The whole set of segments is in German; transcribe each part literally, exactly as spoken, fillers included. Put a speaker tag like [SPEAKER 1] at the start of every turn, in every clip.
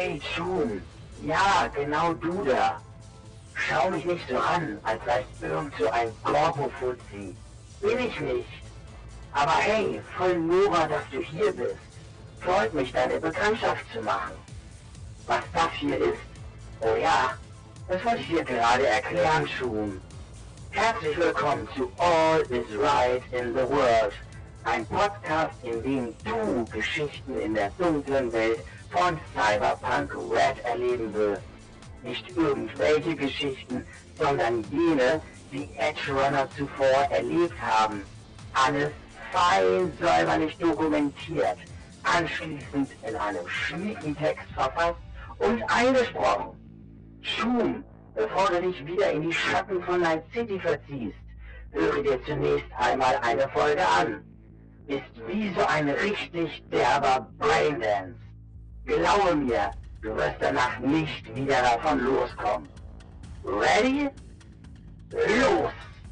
[SPEAKER 1] Hey, Jun. Ja, genau du da. Schau mich nicht so an, als sei ich irgend so ein Gorbo-Fuzzi. Bin ich nicht. Aber hey, voll Nora, dass du hier bist. Freut mich, deine Bekanntschaft zu machen. Was das hier ist? Oh ja, das wollte ich dir gerade erklären, Jun. Herzlich willkommen zu All is Right in the World. Ein Podcast, in dem du Geschichten in der dunklen Welt von Cyberpunk Red erleben wirst. Nicht irgendwelche Geschichten, sondern jene, die Edge Runner zuvor erlebt haben. Alles fein säuberlich dokumentiert, anschließend in einem schnieken Text verfasst und eingesprochen. Jun, bevor du dich wieder in die Schatten von Night City verziehst, höre dir zunächst einmal eine Folge an. Ist wie so ein richtig derber Braindance. Glaube mir, du wirst danach nicht wieder davon loskommen. Ready? Los!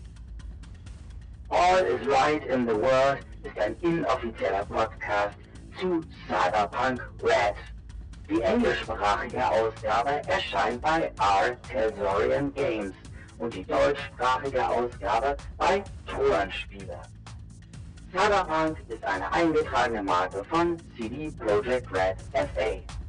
[SPEAKER 1] All is Right in the World ist ein inoffizieller Podcast zu Cyberpunk Red. Die englischsprachige Ausgabe erscheint bei R. Telsorian Games und die deutschsprachige Ausgabe bei Tonspieler. Cyberpunk ist eine eingetragene Marke von C D Projekt Red S A